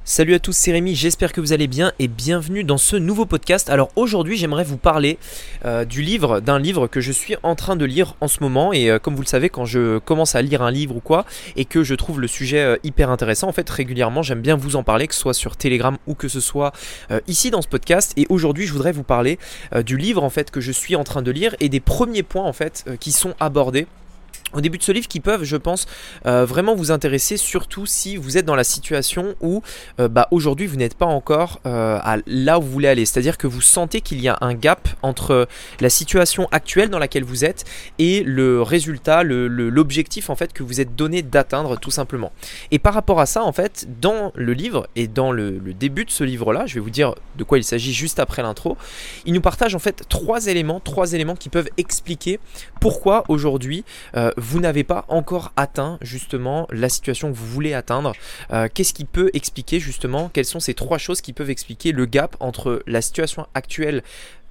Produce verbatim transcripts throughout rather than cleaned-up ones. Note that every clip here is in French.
Salut à tous, c'est Rémi, j'espère que vous allez bien et bienvenue dans ce nouveau podcast. Alors aujourd'hui j'aimerais vous parler euh, du livre, d'un livre que je suis en train de lire en ce moment. Et euh, comme vous le savez, quand je commence à lire un livre ou quoi et que je trouve le sujet euh, hyper intéressant, en fait régulièrement j'aime bien vous en parler, que ce soit sur Telegram ou que ce soit euh, ici dans ce podcast. Et aujourd'hui je voudrais vous parler euh, du livre en fait que je suis en train de lire et des premiers points en fait euh, qui sont abordés au début de ce livre, qui peuvent, je pense, euh, vraiment vous intéresser, surtout si vous êtes dans la situation où euh, bah, aujourd'hui vous n'êtes pas encore euh, à là où vous voulez aller. C'est-à-dire que vous sentez qu'il y a un gap entre la situation actuelle dans laquelle vous êtes et le résultat, le, le, l'objectif en fait que vous êtes donné d'atteindre tout simplement. Et par rapport à ça, en fait, dans le livre et dans le, le début de ce livre-là, je vais vous dire de quoi il s'agit juste après l'intro, il nous partage en fait trois éléments, trois éléments qui peuvent expliquer pourquoi aujourd'hui euh, vous n'avez pas encore atteint justement la situation que vous voulez atteindre. Euh, qu'est-ce qui peut expliquer justement, quelles sont ces trois choses qui peuvent expliquer le gap entre la situation actuelle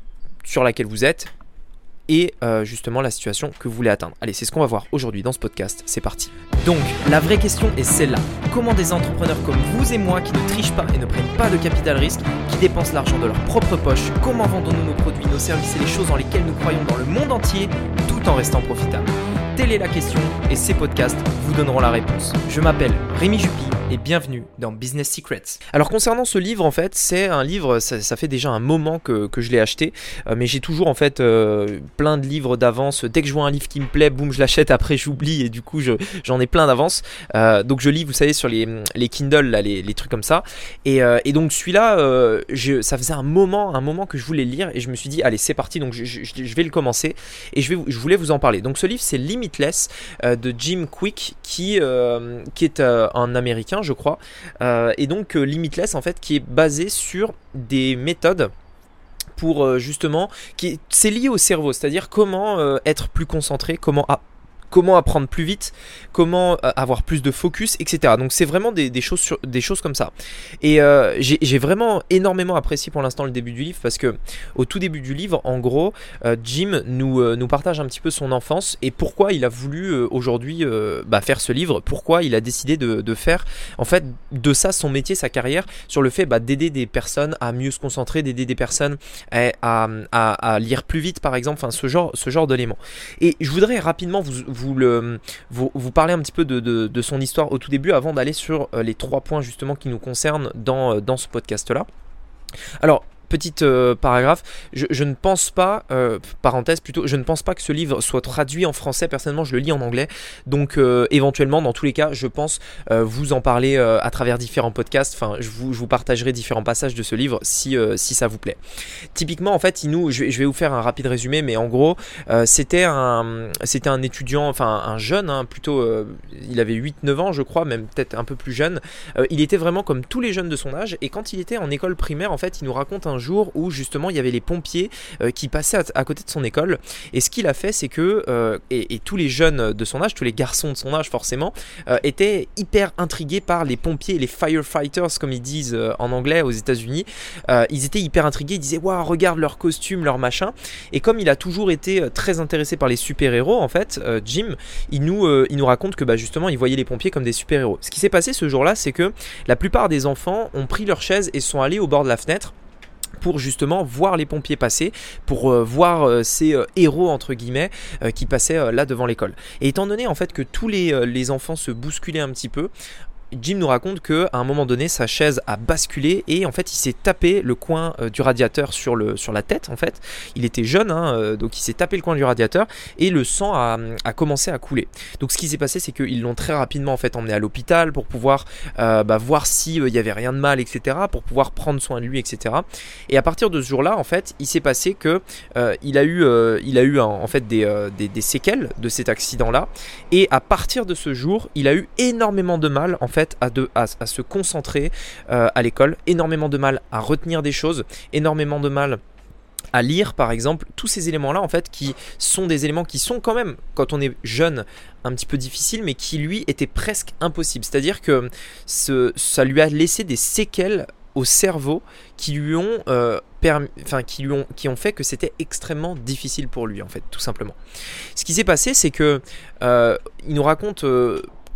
sur laquelle vous êtes et euh, justement la situation que vous voulez atteindre. Allez, c'est ce qu'on va voir aujourd'hui dans ce podcast, c'est parti. Donc, la vraie question est celle-là. Comment des entrepreneurs comme vous et moi qui ne trichent pas et ne prennent pas de capital risque, qui dépensent l'argent de leur propre poche, comment vendons-nous nos produits, nos services et les choses dans lesquelles nous croyons dans le monde entier, tout en restant profitables? Telle est la question et ces podcasts vous donneront la réponse. Je m'appelle Rémi Jupy et bienvenue dans Business Secrets. Alors concernant ce livre, en fait, c'est un livre, ça, ça fait déjà un moment que, que je l'ai acheté, euh, mais j'ai toujours en fait euh, plein de livres d'avance. Dès que je vois un livre qui me plaît, boum, je l'achète, après j'oublie et du coup je, j'en ai plein d'avance. Euh, donc je lis, vous savez, sur les, les Kindle, là, les, les trucs comme ça. Et, euh, et donc celui-là, euh, je, ça faisait un moment, un moment que je voulais le lire et je me suis dit, allez, c'est parti, donc je, je, je vais le commencer et je, vais, je voulais vous en parler. Donc ce livre, c'est Limitless euh, de Jim Kwik qui, euh, qui est euh, un Américain, je crois, euh, et donc euh, Limitless en fait qui est basé sur des méthodes pour euh, justement, qui c'est lié au cerveau, c'est-à-dire comment euh, être plus concentré, comment a- comment apprendre plus vite, comment euh, avoir plus de focus, et cetera. Donc c'est vraiment des, des, choses, sur, des choses comme ça. Et euh, j'ai, j'ai vraiment énormément apprécié pour l'instant le début du livre parce que au tout début du livre, en gros, euh, Jim nous, euh, nous partage un petit peu son enfance et pourquoi il a voulu euh, aujourd'hui euh, bah, faire ce livre, pourquoi il a décidé de, de faire en fait de ça son métier, sa carrière, sur le fait bah, d'aider des personnes à mieux se concentrer, d'aider des personnes à, à, à, à lire plus vite par exemple, enfin ce genre, ce genre d'éléments. Et je voudrais rapidement vous Vous, le, vous, vous parler un petit peu de, de, de son histoire au tout début avant d'aller sur euh, les trois points justement qui nous concernent dans, euh, dans ce podcast là. Alors petite euh, paragraphe, je, je ne pense pas, euh, parenthèse plutôt, je ne pense pas que ce livre soit traduit en français, personnellement je le lis en anglais, donc euh, éventuellement dans tous les cas je pense euh, vous en parler euh, à travers différents podcasts, enfin je vous, je vous partagerai différents passages de ce livre si, euh, si ça vous plaît. Typiquement en fait, il nous, je, vais, je vais vous faire un rapide résumé, mais en gros euh, c'était, un, c'était un étudiant, enfin un jeune, hein, plutôt, euh, il avait huit neuf ans je crois, même peut-être un peu plus jeune, euh, il était vraiment comme tous les jeunes de son âge et quand il était en école primaire en fait il nous raconte un jour où justement il y avait les pompiers euh, qui passaient à, à côté de son école et ce qu'il a fait c'est que euh, et, et tous les jeunes de son âge, tous les garçons de son âge forcément euh, étaient hyper intrigués par les pompiers, les firefighters comme ils disent euh, en anglais aux États-Unis. Euh, ils étaient hyper intrigués, ils disaient waouh, regarde leur costume, leur machin. Et comme il a toujours été euh, très intéressé par les super-héros en fait, euh, Jim il nous, euh, il nous raconte que bah, justement il voyait les pompiers comme des super-héros. Ce qui s'est passé ce jour-là, c'est que la plupart des enfants ont pris leur chaise et sont allés au bord de la fenêtre pour justement voir les pompiers passer, pour euh, voir euh, ces euh, héros entre guillemets euh, qui passaient euh, là devant l'école. Et étant donné en fait que tous les, euh, les enfants se bousculaient un petit peu, Jim nous raconte qu'à un moment donné sa chaise a basculé et en fait il s'est tapé le coin euh, du radiateur sur, le, sur la tête en fait. Il était jeune hein, euh, donc il s'est tapé le coin du radiateur et le sang a, a commencé à couler. Donc ce qui s'est passé c'est qu'ils l'ont très rapidement en fait emmené à l'hôpital pour pouvoir euh, bah, voir s'il euh, y avait rien de mal, etc., pour pouvoir prendre soin de lui, etc. Et à partir de ce jour-là en fait il s'est passé que euh, il a eu, euh, il a eu en fait des, euh, des, des séquelles de cet accident là et à partir de ce jour il a eu énormément de mal en fait Fait, à, de, à, à se concentrer euh, à l'école, énormément de mal à retenir des choses, énormément de mal à lire par exemple, tous ces éléments là en fait qui sont des éléments qui sont quand même quand on est jeune un petit peu difficiles mais qui lui étaient presque impossibles, c'est-à-dire que ce, ça lui a laissé des séquelles au cerveau qui lui ont, euh, permis, enfin, qui lui ont, qui ont fait que c'était extrêmement difficile pour lui en fait, tout simplement. Ce qui s'est passé c'est que euh, il nous raconte euh,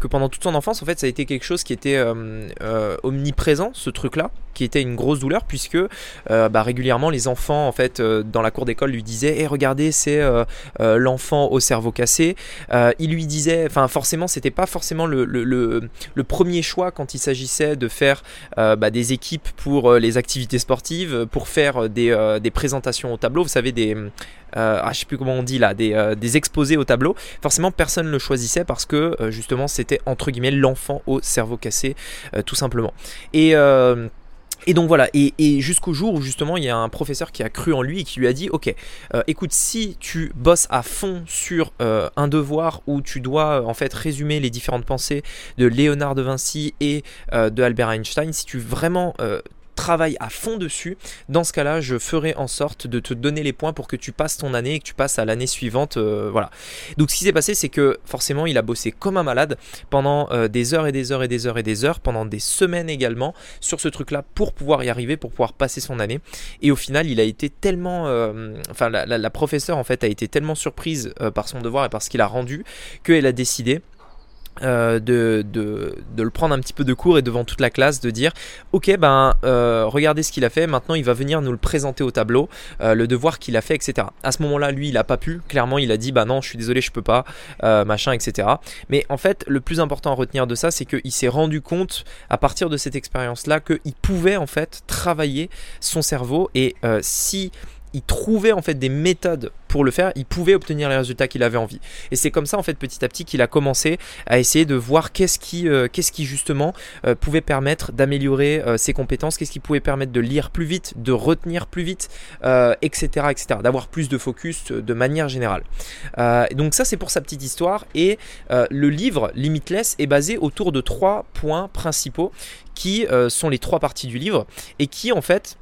que pendant toute son enfance, en fait, ça a été quelque chose qui était euh, euh, omniprésent, ce truc-là, qui était une grosse douleur, puisque euh, bah, régulièrement, les enfants, en fait, euh, dans la cour d'école, lui disaient hey, « regardez, c'est euh, euh, l'enfant au cerveau cassé euh, ». Il lui disait, enfin, forcément, c'était pas forcément le, le, le, le premier choix quand il s'agissait de faire euh, bah, des équipes pour euh, les activités sportives, pour faire des, euh, des présentations au tableau, vous savez, des... Euh, ah, je sais plus comment on dit là, des, euh, des exposés au tableau. Forcément, personne ne le choisissait parce que euh, justement, c'était entre guillemets l'enfant au cerveau cassé, euh, tout simplement. Et euh, Et donc voilà, et, et jusqu'au jour où justement il y a un professeur qui a cru en lui et qui lui a dit ok, euh, écoute, si tu bosses à fond sur euh, un devoir où tu dois en fait résumer les différentes pensées de Léonard de Vinci et euh, de Albert Einstein, si tu vraiment euh, travaille à fond dessus, dans ce cas-là, je ferai en sorte de te donner les points pour que tu passes ton année et que tu passes à l'année suivante. Euh, voilà. Donc, ce qui s'est passé, c'est que forcément, il a bossé comme un malade pendant euh, des heures et des heures et des heures et des heures, pendant des semaines également, sur ce truc-là pour pouvoir y arriver, pour pouvoir passer son année. Et au final, il a été tellement, euh, enfin, la, la, la professeure en fait a été tellement surprise euh, par son devoir et par ce qu'il a rendu qu'elle a décidé Euh, de, de, de le prendre un petit peu de cours et devant toute la classe de dire ok ben euh, regardez ce qu'il a fait, maintenant il va venir nous le présenter au tableau, euh, le devoir qu'il a fait, etc. À ce moment là lui il a pas pu, clairement il a dit bah non je suis désolé je peux pas, euh, machin, etc. Mais en fait le plus important à retenir de ça, c'est qu'il s'est rendu compte à partir de cette expérience là qu'il pouvait en fait travailler son cerveau et euh, si il trouvait en fait des méthodes pour le faire, il pouvait obtenir les résultats qu'il avait envie. Et c'est comme ça en fait petit à petit qu'il a commencé à essayer de voir qu'est-ce qui, euh, qu'est-ce qui justement euh, pouvait permettre d'améliorer euh, ses compétences, qu'est-ce qui pouvait permettre de lire plus vite, de retenir plus vite, euh, et cetera, et cetera, d'avoir plus de focus de manière générale. Euh, donc ça c'est pour sa petite histoire et euh, le livre Limitless est basé autour de trois points principaux qui euh, sont les trois parties du livre et qui en fait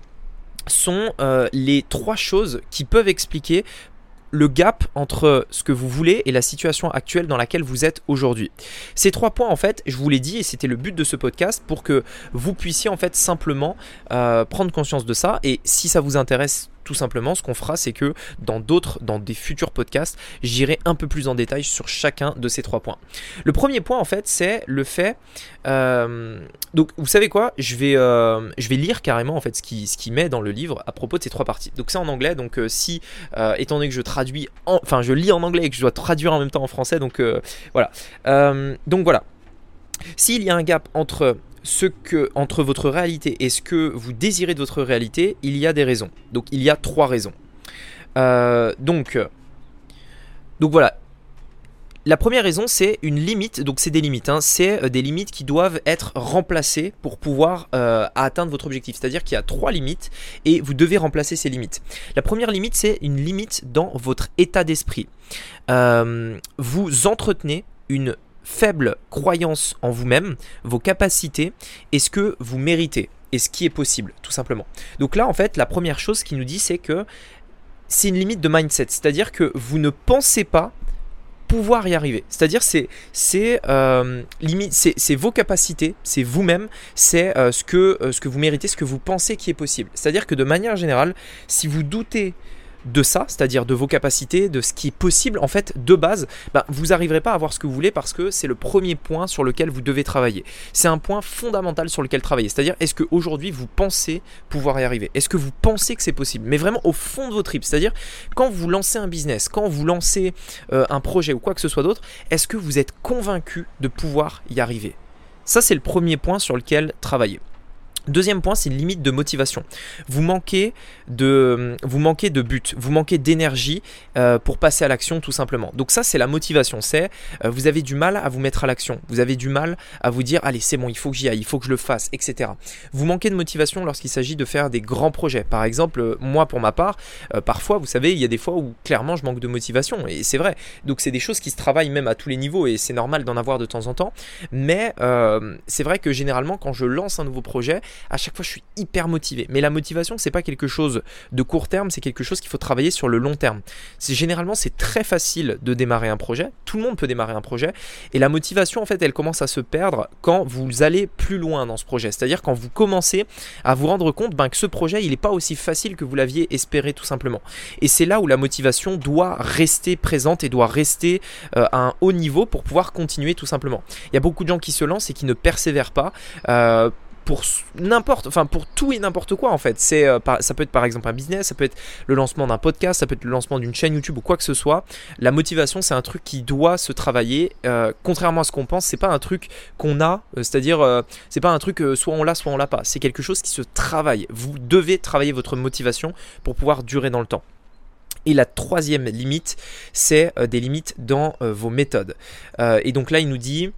sont euh, les trois choses qui peuvent expliquer le gap entre ce que vous voulez et la situation actuelle dans laquelle vous êtes aujourd'hui. Ces trois points en fait, je vous l'ai dit et c'était le but de ce podcast pour que vous puissiez en fait simplement euh, prendre conscience de ça et si ça vous intéresse tout simplement, ce qu'on fera, c'est que dans d'autres, dans des futurs podcasts, j'irai un peu plus en détail sur chacun de ces trois points. Le premier point, en fait, c'est le fait. Euh, donc, vous savez quoi ? Je vais, euh, je vais lire carrément en fait ce qui, ce qui met dans le livre à propos de ces trois parties. Donc, c'est en anglais. Donc, euh, si, euh, étant donné que je traduis, en, enfin, je lis en anglais et que je dois traduire en même temps en français, donc euh, voilà. Euh, donc voilà. S'il y a un gap entre ce que, entre votre réalité et ce que vous désirez de votre réalité, il y a des raisons. Donc il y a trois raisons. Euh, donc, donc voilà. La première raison, c'est une limite, donc c'est des limites, hein, c'est des limites qui doivent être remplacées pour pouvoir euh, atteindre votre objectif. C'est-à-dire qu'il y a trois limites et vous devez remplacer ces limites. La première limite, c'est une limite dans votre état d'esprit. Euh, vous entretenez une faible croyance en vous-même, vos capacités et ce que vous méritez et ce qui est possible, tout simplement. Donc là, en fait, la première chose qu'il nous dit, c'est que c'est une limite de mindset, c'est-à-dire que vous ne pensez pas pouvoir y arriver. C'est-à-dire c'est c'est euh, limite c'est, c'est vos capacités, c'est vous-même, c'est euh, ce que euh, ce que vous méritez, ce que vous pensez qui est possible. C'est-à-dire que de manière générale, si vous doutez de ça, c'est-à-dire de vos capacités, de ce qui est possible, en fait, de base, bah, vous n'arriverez pas à avoir ce que vous voulez parce que c'est le premier point sur lequel vous devez travailler. C'est un point fondamental sur lequel travailler. C'est-à-dire, est-ce qu'aujourd'hui, vous pensez pouvoir y arriver ? Est-ce que vous pensez que c'est possible ? Mais vraiment au fond de vos tripes. C'est-à-dire, quand vous lancez un business, quand vous lancez euh, un projet ou quoi que ce soit d'autre, est-ce que vous êtes convaincu de pouvoir y arriver ? Ça, c'est le premier point sur lequel travailler. Deuxième point, c'est une limite de motivation. Vous manquez de, vous manquez de but, vous manquez d'énergie euh, pour passer à l'action tout simplement. Donc ça, c'est la motivation. C'est euh, vous avez du mal à vous mettre à l'action. Vous avez du mal à vous dire allez, c'est bon, il faut que j'y aille, il faut que je le fasse, et cetera. Vous manquez de motivation lorsqu'il s'agit de faire des grands projets. Par exemple, moi pour ma part, euh, parfois, vous savez, il y a des fois où clairement je manque de motivation et c'est vrai. Donc c'est des choses qui se travaillent même à tous les niveaux et c'est normal d'en avoir de temps en temps. Mais euh, c'est vrai que généralement, quand je lance un nouveau projet, à chaque fois je suis hyper motivé. Mais la motivation, c'est pas quelque chose de court terme, c'est quelque chose qu'il faut travailler sur le long terme. C'est, généralement, c'est très facile de démarrer un projet. Tout le monde peut démarrer un projet. Et la motivation, en fait, elle commence à se perdre quand vous allez plus loin dans ce projet. C'est-à-dire quand vous commencez à vous rendre compte ben, que ce projet, il n'est pas aussi facile que vous l'aviez espéré tout simplement. Et c'est là où la motivation doit rester présente et doit rester euh, à un haut niveau pour pouvoir continuer tout simplement. Il y a beaucoup de gens qui se lancent et qui ne persévèrent pas. Euh, pour n'importe, enfin pour tout et n'importe quoi en fait. C'est, euh, par, ça peut être par exemple un business, ça peut être le lancement d'un podcast, ça peut être le lancement d'une chaîne YouTube ou quoi que ce soit. La motivation, c'est un truc qui doit se travailler. Euh, contrairement à ce qu'on pense, c'est pas un truc qu'on a, euh, c'est-à-dire euh, c'est pas un truc euh, soit on l'a, soit on l'a pas. C'est quelque chose qui se travaille. Vous devez travailler votre motivation pour pouvoir durer dans le temps. Et la troisième limite, c'est euh, des limites dans euh, vos méthodes. Euh, et donc là, il nous dit,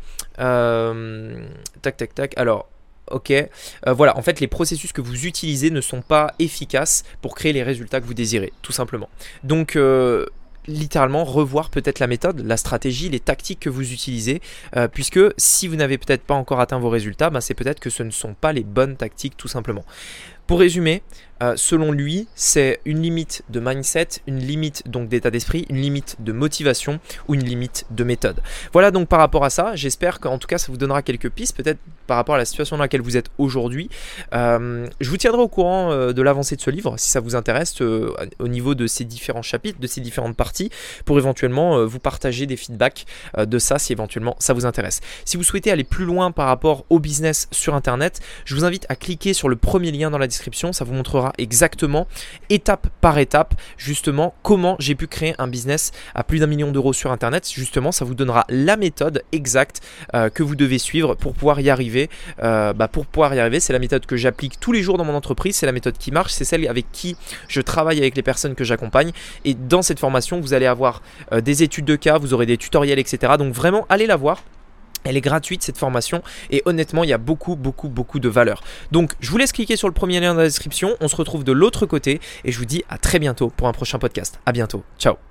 euh, tac, tac, tac. Alors, ok, euh, voilà, en fait, les processus que vous utilisez ne sont pas efficaces pour créer les résultats que vous désirez, tout simplement. Donc, euh, littéralement revoir peut-être la méthode, la stratégie, les tactiques que vous utilisez, euh, puisque si vous n'avez peut-être pas encore atteint vos résultats, ben c'est peut-être que ce ne sont pas les bonnes tactiques tout simplement. Pour résumer, euh, selon lui, c'est une limite de mindset, une limite donc d'état d'esprit, une limite de motivation ou une limite de méthode. Voilà donc par rapport à ça, j'espère qu'en tout cas ça vous donnera quelques pistes, peut-être par rapport à la situation dans laquelle vous êtes aujourd'hui. Euh, je vous tiendrai au courant euh, de l'avancée de ce livre, si ça vous intéresse, euh, au niveau de ces différents chapitres, de ces différentes parties, pour éventuellement euh, vous partager des feedbacks euh, de ça si éventuellement ça vous intéresse. Si vous souhaitez aller plus loin par rapport au business sur Internet, je vous invite à cliquer sur le premier lien dans la description, ça vous montrera exactement, étape par étape, justement comment j'ai pu créer un business à plus d'un million d'euros sur Internet. Justement, ça vous donnera la méthode exacte euh, que vous devez suivre pour pouvoir y arriver. Euh, bah pour pouvoir y arriver, c'est la méthode que j'applique tous les jours dans mon entreprise, c'est la méthode qui marche, c'est celle avec qui je travaille avec les personnes que j'accompagne. Et dans cette formation, vous allez avoir euh, des études de cas, vous aurez des tutoriels, et cetera. Donc vraiment, allez la voir. Elle est gratuite cette formation et honnêtement il y a beaucoup beaucoup beaucoup de valeur. Donc je vous laisse cliquer sur le premier lien dans la description, on se retrouve de l'autre côté et je vous dis à très bientôt pour un prochain podcast. À bientôt, ciao.